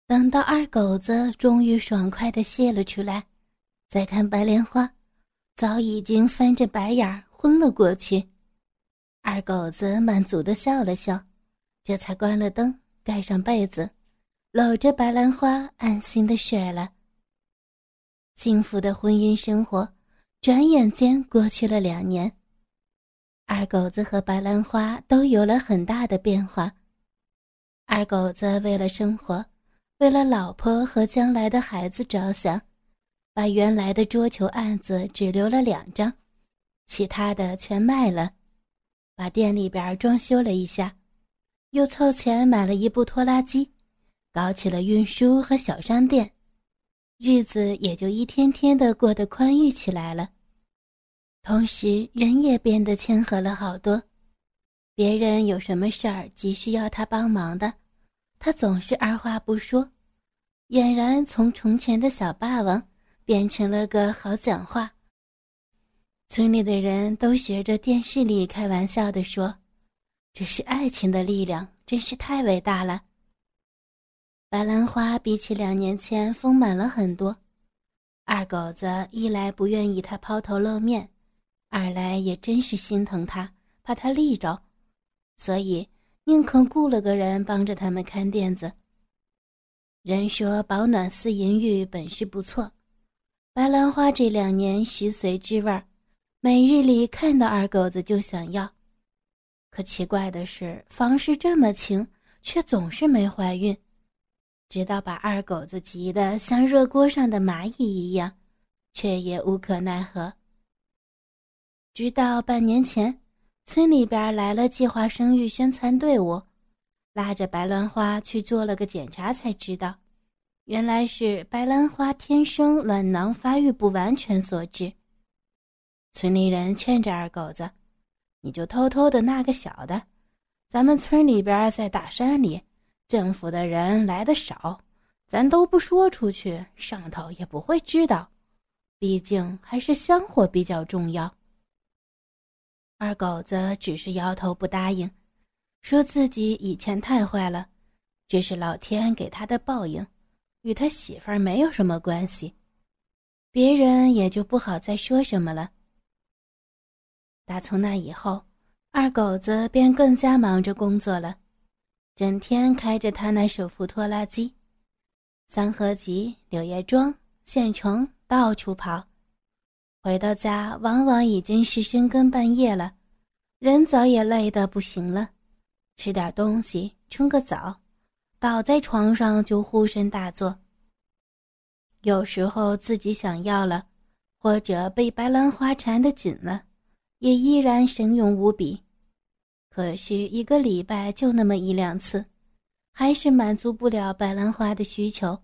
等到二狗子终于爽快地泄了出来，再看白莲花，早已经翻着白眼昏了过去。二狗子满足地笑了笑，这才关了灯，盖上被子，搂着白兰花安心地睡了。幸福的婚姻生活转眼间过去了2年，二狗子和白兰花都有了很大的变化。二狗子为了生活，为了老婆和将来的孩子着想，把原来的桌球案子只留了2张，其他的全卖了，把店里边装修了一下，又凑钱买了一部拖拉机，搞起了运输和小商店，日子也就一天天的过得宽裕起来了。同时人也变得谦和了好多，别人有什么事儿急需要他帮忙的，他总是二话不说，俨然从从前的小霸王变成了个好讲话。村里的人都学着电视里开玩笑地说，这是爱情的力量，真是太伟大了。白兰花比起2年前丰满了很多，二狗子一来不愿意他抛头露面，二来也真是心疼他，怕他立着，所以宁肯雇了个人帮着他们看店子。人说饱暖思淫欲本是不错，白兰花这2年食髓知味，每日里看到二狗子就想要。可奇怪的是，房事这么轻，却总是没怀孕，直到把二狗子急得像热锅上的蚂蚁一样，却也无可奈何。直到半年前，村里边来了计划生育宣传队伍，拉着白兰花去做了个检查，才知道原来是白兰花天生卵囊发育不完全所致。村里人劝着二狗子，你就偷偷的纳个小的，咱们村里边在大山里，政府的人来得少，咱都不说出去，上头也不会知道，毕竟还是香火比较重要。二狗子只是摇头不答应，说自己以前太坏了，这是老天给他的报应，与他媳妇儿没有什么关系，别人也就不好再说什么了。打从那以后，二狗子便更加忙着工作了，整天开着他那手扶拖拉机，三合集、柳叶庄、县城到处跑，回到家往往已经是深更半夜了，人早也累得不行了，吃点东西，冲个澡，倒在床上就呼声大作。有时候自己想要了，或者被白兰花缠得紧了，也依然神勇无比。可是1个礼拜就那么1-2次，还是满足不了白兰花的需求。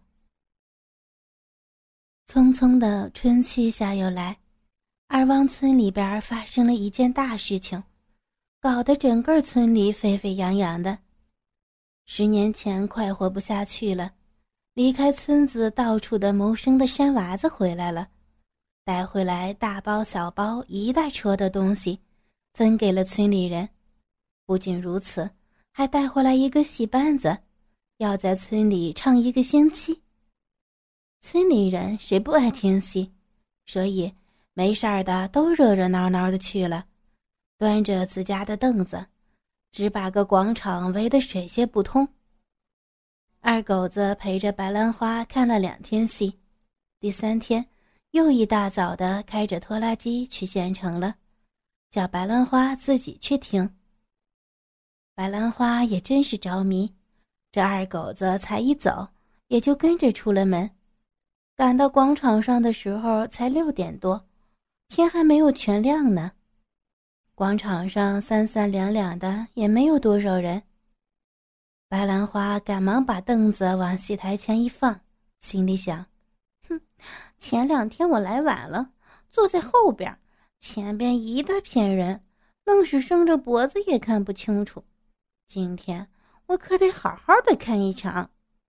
匆匆的春去夏又来，二汪村里边发生了一件大事情，搞得整个村里沸沸扬扬的。10年前快活不下去了，离开村子到处的谋生的山娃子回来了，带回来大包小包一大车的东西，分给了村里人。不仅如此，还带回来一个戏班子，要在村里唱1个星期。村里人谁不爱听戏，所以没事儿的都热热闹闹的去了，端着自家的凳子，只把个广场围得水泄不通。二狗子陪着白兰花看了2天戏，第3天又一大早的开着拖拉机去县城了，叫白兰花自己去听。白兰花也真是着迷，这二狗子才一走，也就跟着出了门。赶到广场上的时候才6点多，天还没有全亮呢。广场上三三两两的，也没有多少人。白兰花赶忙把凳子往戏台前一放，心里想，前2天我来晚了，坐在后边，前边一大片人，愣是伸着脖子也看不清楚。今天我可得好好的看一场。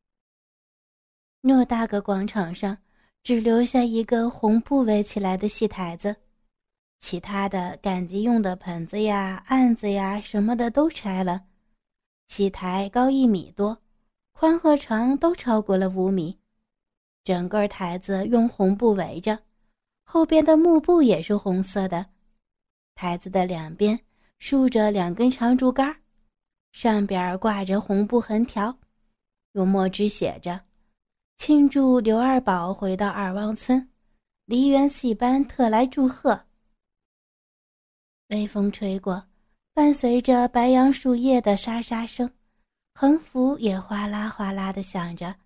偌大个广场上只留下一个红布围起来的戏台子，其他的赶集用的盆子呀、案子呀什么的都拆了。戏台高1米多， 宽和长都超过了5米。整个台子用红布围着，后边的幕布也是红色的。台子的两边竖着2根长竹竿，上边挂着红布横条，用墨汁写着庆祝刘二宝回到二王村，梨园戏班特来祝贺。微风吹过，伴随着白杨树叶的沙沙声，横幅也哗啦哗啦地响着。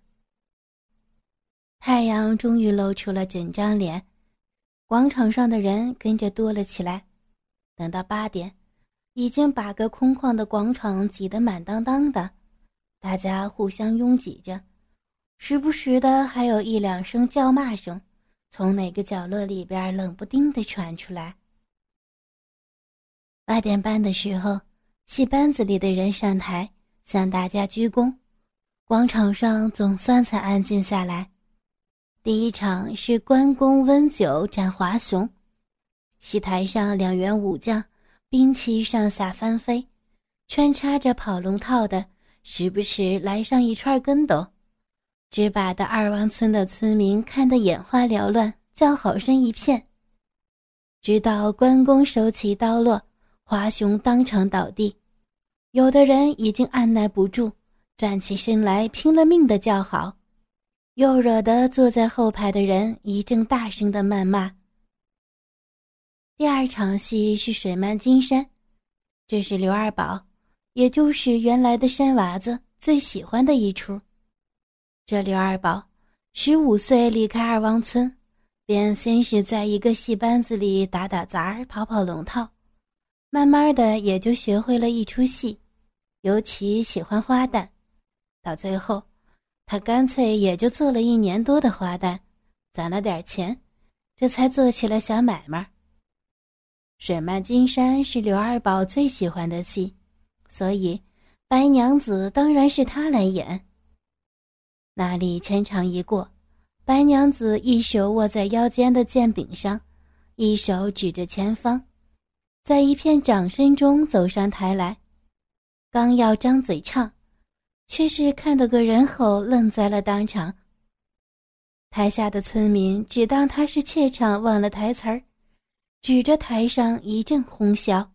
太阳终于露出了整张脸，广场上的人跟着多了起来。等到8点，已经把个空旷的广场挤得满当当的，大家互相拥挤着，时不时的还有1、2声叫骂声从哪个角落里边冷不丁地传出来。8点半的时候，戏班子里的人上台向大家鞠躬，广场上总算才安静下来。第一场是关公温酒战华雄，戏台上2员武将兵器上下翻飞，穿插着跑龙套的，时不时来上一串跟斗，只把的二王村的村民看得眼花缭乱，叫好声一片。直到关公手起刀落，华雄当场倒地，有的人已经按耐不住，站起身来拼了命地叫好，又惹得坐在后排的人一阵大声的谩骂。第二场戏是水漫金山，这是刘二宝，也就是原来的山娃子最喜欢的一出。这刘二宝15岁离开二王村，便先是在一个戏班子里打打杂跑跑龙套，慢慢的也就学会了一出戏，尤其喜欢花旦，到最后他干脆也就做了1年多的花旦，攒了点钱，这才做起了小买卖。水漫金山是刘二宝最喜欢的戏，所以白娘子当然是他来演。那里全场一过，白娘子一手握在腰间的剑柄上，一手指着前方，在一片掌声中走上台来，刚要张嘴唱，却是看得个人吼愣在了当场。台下的村民只当他是怯场忘了台词儿，指着台上一阵哄笑。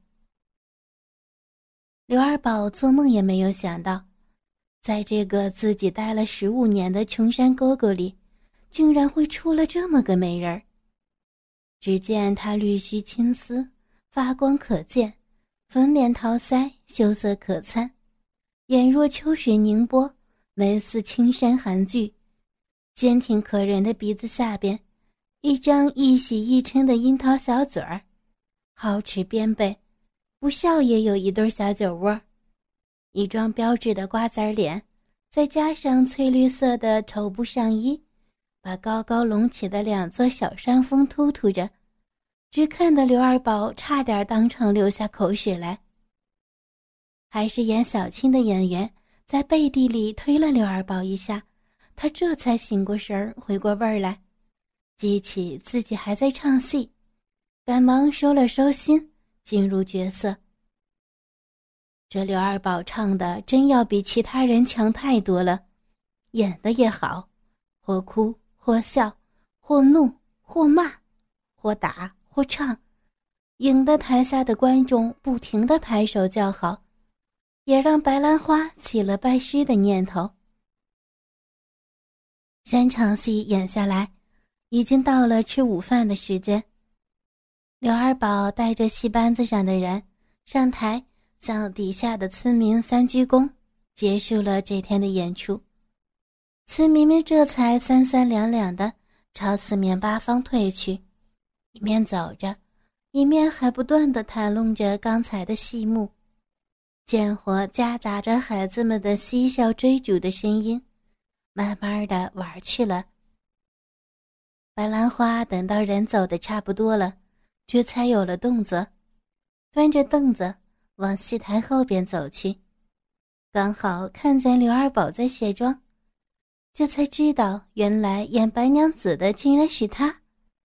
刘二宝做梦也没有想到，在这个自己待了15年的穷山沟沟里，竟然会出了这么个美人儿。只见她绿须青丝，发光可见，粉脸桃腮，秀色可餐，眼若秋水凝波，眉似青山含聚，坚挺可人的鼻子下边一张一喜一嗔的樱桃小嘴儿，皓齿边背，不笑也有一对小酒窝，一双标致的瓜子脸，再加上翠绿色的绸布上衣，把高高隆起的2座小山峰突突着，只看得刘二宝差点当场流下口水来。还是演小青的演员在背地里推了刘二宝一下，他这才醒过神儿，回过味儿来，记起自己还在唱戏，赶忙收了收心，进入角色。这刘二宝唱的真要比其他人强太多了，演的也好，或哭或笑，或怒或骂，或打或唱，引得台下的观众不停地拍手叫好，也让白兰花起了拜师的念头。3场戏演下来，已经到了吃午饭的时间。刘二宝带着戏班子上的人上台，向底下的村民3鞠躬，结束了这天的演出。村民们这才三三两两的朝4面8方退去，一面走着，一面还不断地谈论着刚才的戏目，间或夹杂着孩子们的嬉笑追逐的声音，慢慢地玩去了。白兰花等到人走得差不多了，这才有了动作，端着凳子往戏台后边走去，刚好看见刘二宝在卸妆，这才知道原来演白娘子的竟然是他。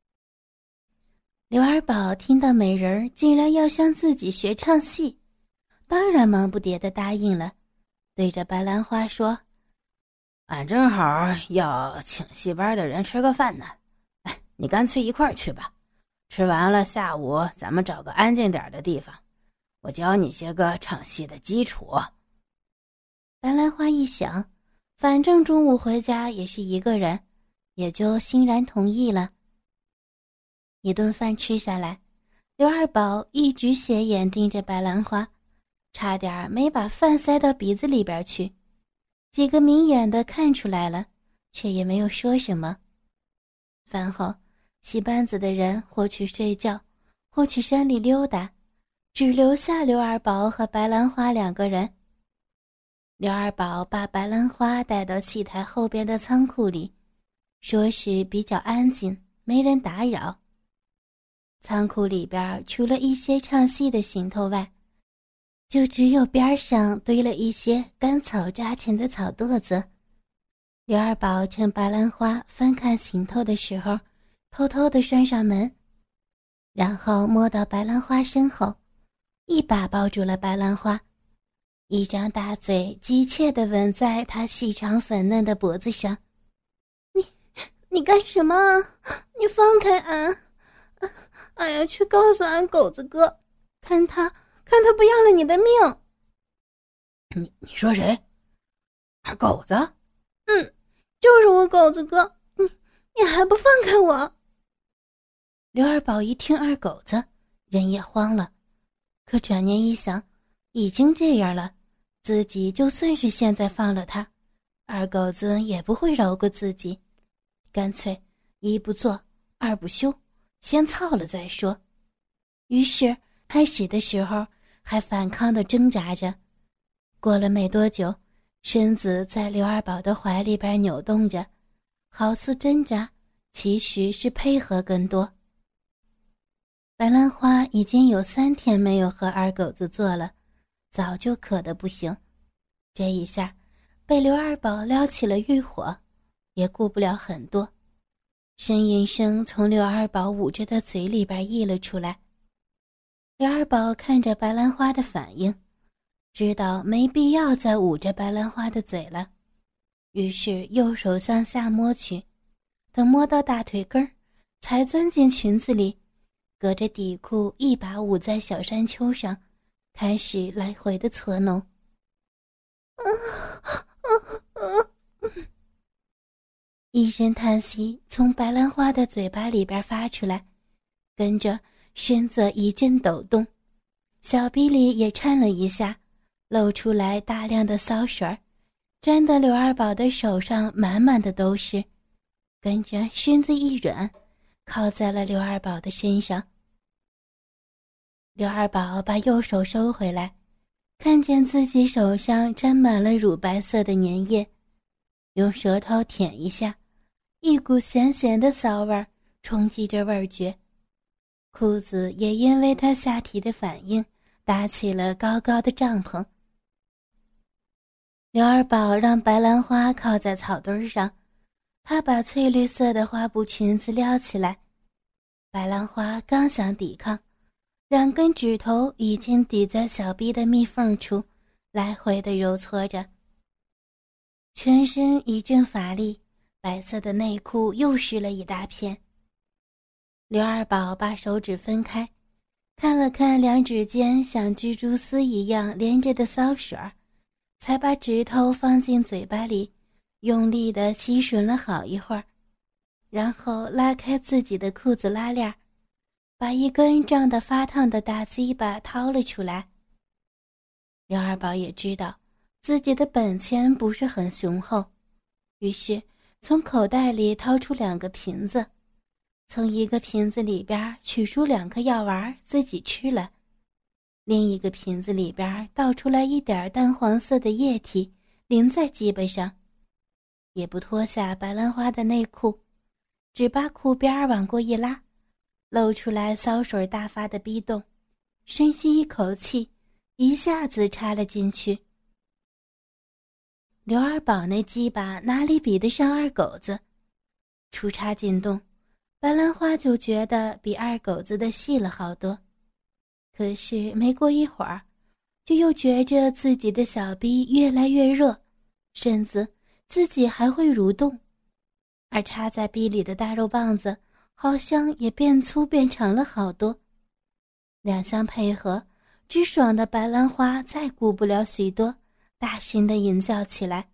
刘二宝听到美人儿竟然要向自己学唱戏，当然忙不迭地答应了，对着白兰花说： 俺正好要请戏班的人吃个饭呢。哎，你干脆一块儿去吧。吃完了，下午咱们找个安静点的地方，我教你些个唱戏的基础。 白兰花一想，反正中午回家也是一个人，也就欣然同意了。一顿饭吃下来，刘二宝一直斜眼盯着白兰花，差点没把饭塞到鼻子里边去。几个明眼的看出来了，却也没有说什么。饭后，戏班子的人或去睡觉，或去山里溜达，只留下刘二宝和白兰花两个人。刘二宝把白兰花带到戏台后边的仓库里，说是比较安静，没人打扰。仓库里边除了一些唱戏的行头外，就只有边上堆了一些干草扎成的草垛子。刘二宝趁白兰花翻看行头的时候，偷偷地拴上门，然后摸到白兰花身后，一把抱住了白兰花，一张大嘴急切地吻在她细长粉嫩的脖子上。你干什么？你放开俺！俺要去告诉俺狗子哥，看他不要了你的命。 你说谁？二狗子？ 就是我狗子哥，你还不放开我？刘二宝一听二狗子，人也慌了，可转念一想，已经这样了，自己就算是现在放了他，二狗子也不会饶过自己，干脆一不做二不休，先操了再说。于是开始的时候还反抗地挣扎着，过了没多久，身子在刘二宝的怀里边扭动着，好似挣扎，其实是配合更多。白兰花已经有3天没有和二狗子做了，早就渴得不行，这一下被刘二宝撩起了欲火，也顾不了很多，呻吟声从刘二宝捂着的嘴里边溢了出来。刘二宝看着白兰花的反应，知道没必要再捂着白兰花的嘴了，于是右手向下摸去，等摸到大腿根儿，才钻进裙子里，隔着底裤一把捂在小山丘上，开始来回的搓弄。一声叹息从白兰花的嘴巴里边发出来，跟着身子一阵抖动，小臂里也颤了一下，露出来大量的骚水，沾得刘二宝的手上满满的都是，跟着身子一软，靠在了刘二宝的身上。刘二宝把右手收回来，看见自己手上沾满了乳白色的粘液，用舌头舔一下，一股咸咸的骚味冲击着味觉，裤子也因为他下体的反应搭起了高高的帐篷。刘二宝让白兰花靠在草堆上，他把翠绿色的花布裙子撩起来，白兰花刚想抵抗，2根指头已经抵在小臂的密缝处，来回的揉搓着。全身一阵乏力，白色的内裤又湿了一大片。刘二宝把手指分开，看了看2指间像蜘蛛丝一样连着的骚水，才把指头放进嘴巴里，用力地吸吮了好一会儿，然后拉开自己的裤子拉链，把一根胀得发烫的大鸡巴掏了出来。刘二宝也知道自己的本钱不是很雄厚，于是从口袋里掏出2个瓶子，从一个瓶子里边取出2颗药丸自己吃了，另一个瓶子里边倒出来一点淡黄色的液体淋在鸡巴上，也不脱下白兰花的内裤，只把裤边往过一拉，露出来骚水大发的逼洞，深吸一口气，一下子插了进去。刘二宝那鸡巴哪里比得上二狗子，出插进洞，白兰花就觉得比二狗子的细了好多，可是没过一会儿，就又觉着自己的小臂越来越热，身子自己还会蠕动，而插在臂里的大肉棒子好像也变粗变长了好多。两相配合，直爽的白兰花再顾不了许多，大声地吟叫起来：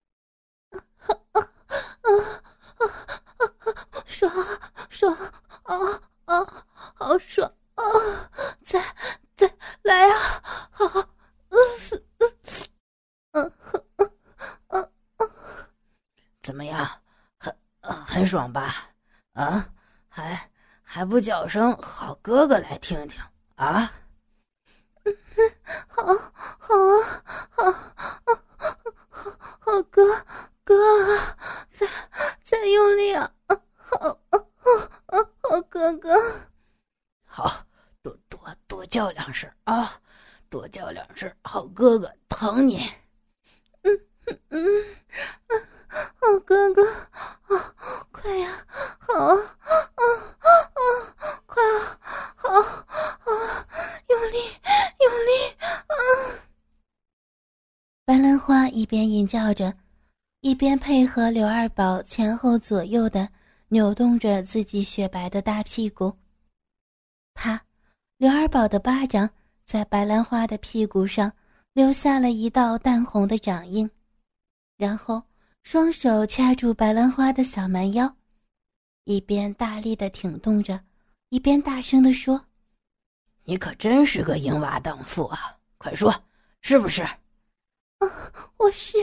爽爽好爽啊！再来啊！好， 怎么样？很爽吧？啊，还不叫声好哥哥来听听啊？ 好啊，好哥啊，再用力啊！好哥哥， 好，多叫两声啊，多叫两声，好哥哥疼你。 好哥哥，快呀，好啊，快啊，好，用力啊！白兰花一边吟叫着，一边配合刘二宝前后左右的扭动着自己雪白的大屁股。啪！刘二宝的巴掌在白兰花的屁股上留下了一道淡红的掌印，然后双手掐住白兰花的小蛮腰，一边大力地挺动着，一边大声地说： 你可真是个淫娃荡妇啊，快说是不是？ 我是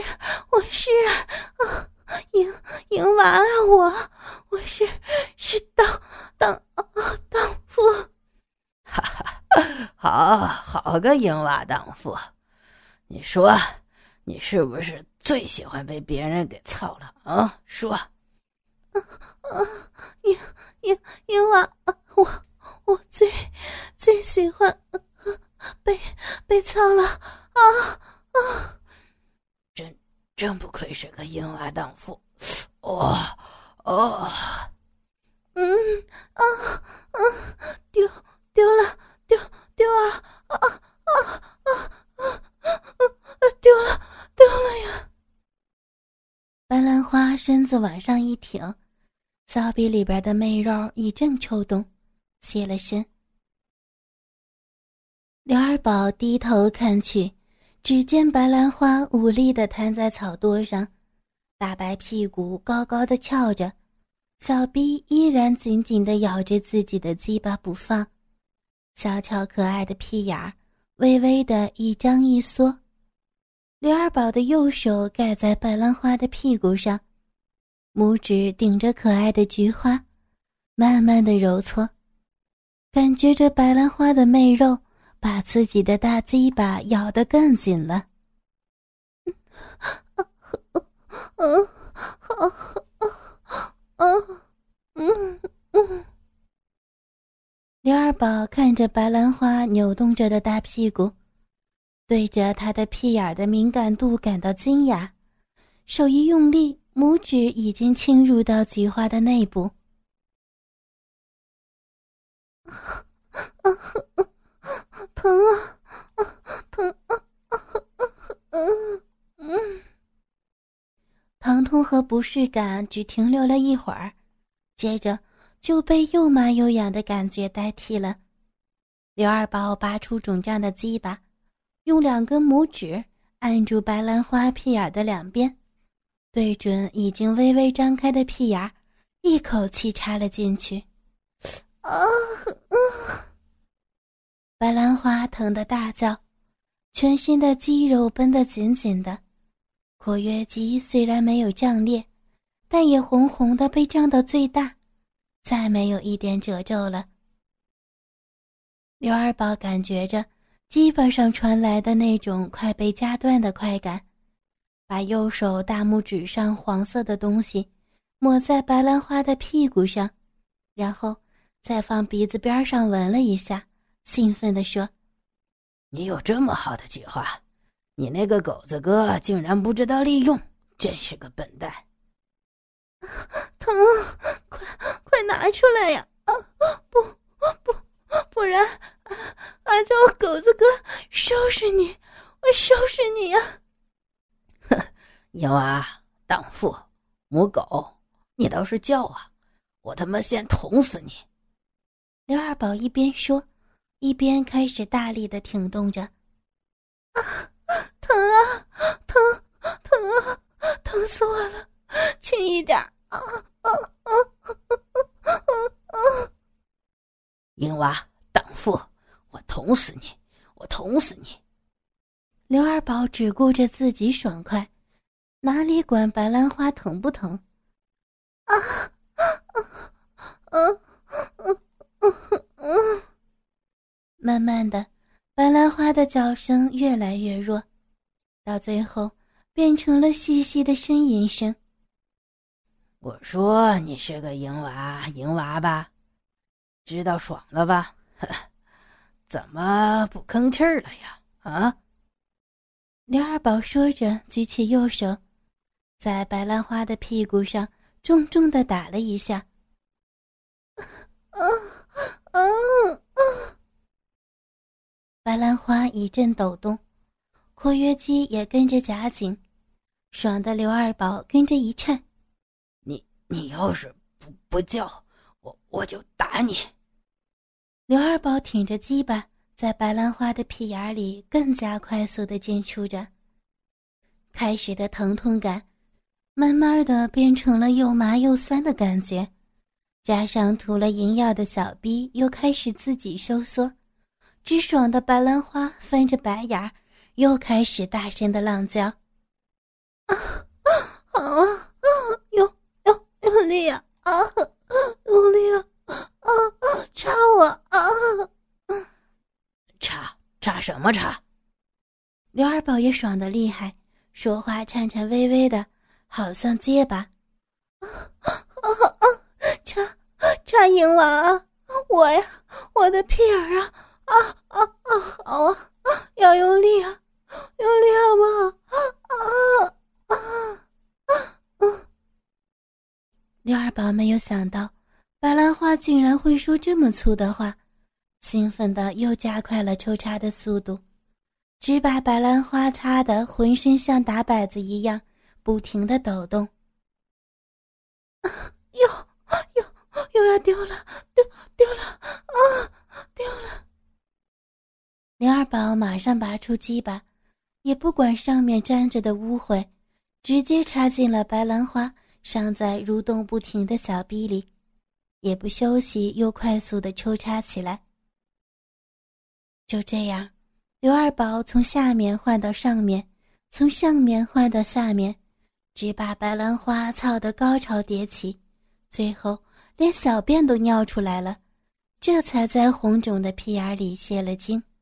淫娃啊，我是荡妇。 哈哈，好个淫娃荡妇！你说你是不是最喜欢被别人给操了啊？说。 淫娃，我最喜欢被操了啊！ 真不愧是个淫娃荡妇， 丢啊！丢了呀！白兰花身子往上一挺，骚逼里边的媚肉一阵抽动，歇了身。刘二宝低头看去，只见白兰花无力地瘫在草垛上，大白屁股高高的翘着，小逼依然紧紧地咬着自己的鸡巴不放，小巧可爱的屁眼儿微微地一张一缩。刘二宝的右手盖在白兰花的屁股上，拇指顶着可爱的菊花，慢慢地揉搓，感觉着白兰花的媚肉把自己的大鸡巴咬得更紧了。刘二宝看着白兰花扭动着的大屁股，对着她的屁眼的敏感度感到惊讶，手一用力，拇指已经侵入到菊花的内部。疼啊！疼痛和不适感只停留了一会儿，接着就被又麻又痒的感觉代替了。刘二宝拔出肿胀的鸡巴，用2根拇指按住白兰花屁眼的两边，对准已经微微张开的屁眼，一口气插了进去。白兰花疼得大叫，全身的肌肉绷得紧紧的，括约肌虽然没有胀裂，但也红红的被胀到最大，再没有一点褶皱了。刘二宝感觉着鸡巴上传来的那种快被夹断的快感，把右手大拇指上黄色的东西抹在白兰花的屁股上，然后再放鼻子边上闻了一下，兴奋地说： 你有这么好的菊花，你那个狗子哥竟然不知道利用，真是个笨蛋。 疼啊，快拿出来呀！不然俺叫我狗子哥收拾你，我收拾你呀！ 哼，淫娃， 荡妇，母狗，你倒是叫啊！我他妈先捅死你！ 刘二宝一边说，一边开始大力地挺动着。啊，疼啊，疼，疼啊，疼死我了！轻一点！啊啊啊啊啊！ 英娃，荡妇，我捅死你！我捅死你！ 刘二宝只顾着自己爽快，哪里管白兰花疼不疼？啊啊啊啊！慢慢的，白兰花的叫声越来越弱，到最后变成了细细的呻吟声。 我说你是个淫娃，淫娃吧？知道爽了吧？怎么不吭气儿了呀？啊！ 刘二宝说着，举起右手，在白兰花的屁股上重重地打了一下。白兰花一阵抖动，括约肌也跟着夹紧，爽的刘二宝跟着一颤。 你要是不叫，我就打你！ 刘二宝挺着鸡巴，在白兰花的屁眼里更加快速地进出着。开始的疼痛感，慢慢的变成了又麻又酸的感觉，加上涂了银药的小逼又开始自己收缩，直爽的白兰花翻着白眼，又开始大声的浪叫。啊啊，好啊，用力啊，用力啊，插我啊！ 插什么插？ 刘二宝也爽得厉害，说话颤颤巍巍的，好像结巴。插银娃啊，我呀，我的屁眼啊，好啊，要用力啊，用力好不好？刘二宝没有想到白兰花竟然会说这么粗的话，兴奋的又加快了抽插的速度，只把白兰花插得浑身像打摆子一样不停地抖动。又要丢了，丢了丢了！刘二宝马上拔出鸡巴，也不管上面沾着的污秽，直接插进了白兰花尚在蠕动不停的小逼里，也不休息，又快速地抽插起来。就这样，刘二宝从下面换到上面，从上面换到下面，只把白兰花操得高潮迭起，最后连小便都尿出来了，这才在红肿的屁眼里泄了精。